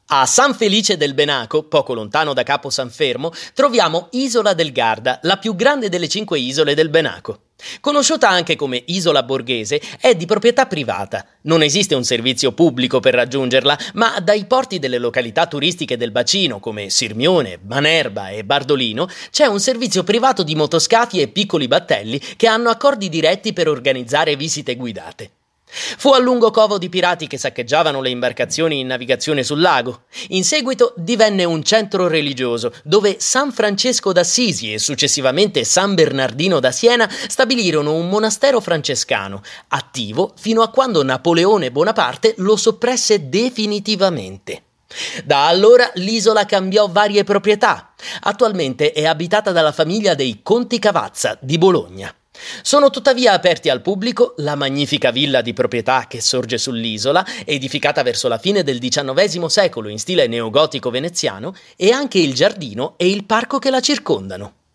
A San Felice del Benaco, poco lontano da Capo San Fermo, troviamo Isola del Garda, la più grande delle 5 isole del Benaco. Conosciuta anche come Isola Borghese, è di proprietà privata. Non esiste un servizio pubblico per raggiungerla, ma dai porti delle località turistiche del bacino, come Sirmione, Manerba e Bardolino, c'è un servizio privato di motoscafi e piccoli battelli che hanno accordi diretti per organizzare visite guidate. Fu a lungo covo di pirati che saccheggiavano le imbarcazioni in navigazione sul lago. In seguito divenne un centro religioso, dove San Francesco d'Assisi e successivamente San Bernardino da Siena stabilirono un monastero francescano, attivo fino a quando Napoleone Bonaparte lo soppresse definitivamente. Da allora l'isola cambiò varie proprietà. Attualmente è abitata dalla famiglia dei Conti Cavazza di Bologna. Sono tuttavia aperti al pubblico la magnifica villa di proprietà che sorge sull'isola, edificata verso la fine del XIX secolo in stile neogotico veneziano, e anche il giardino e il parco che la circondano.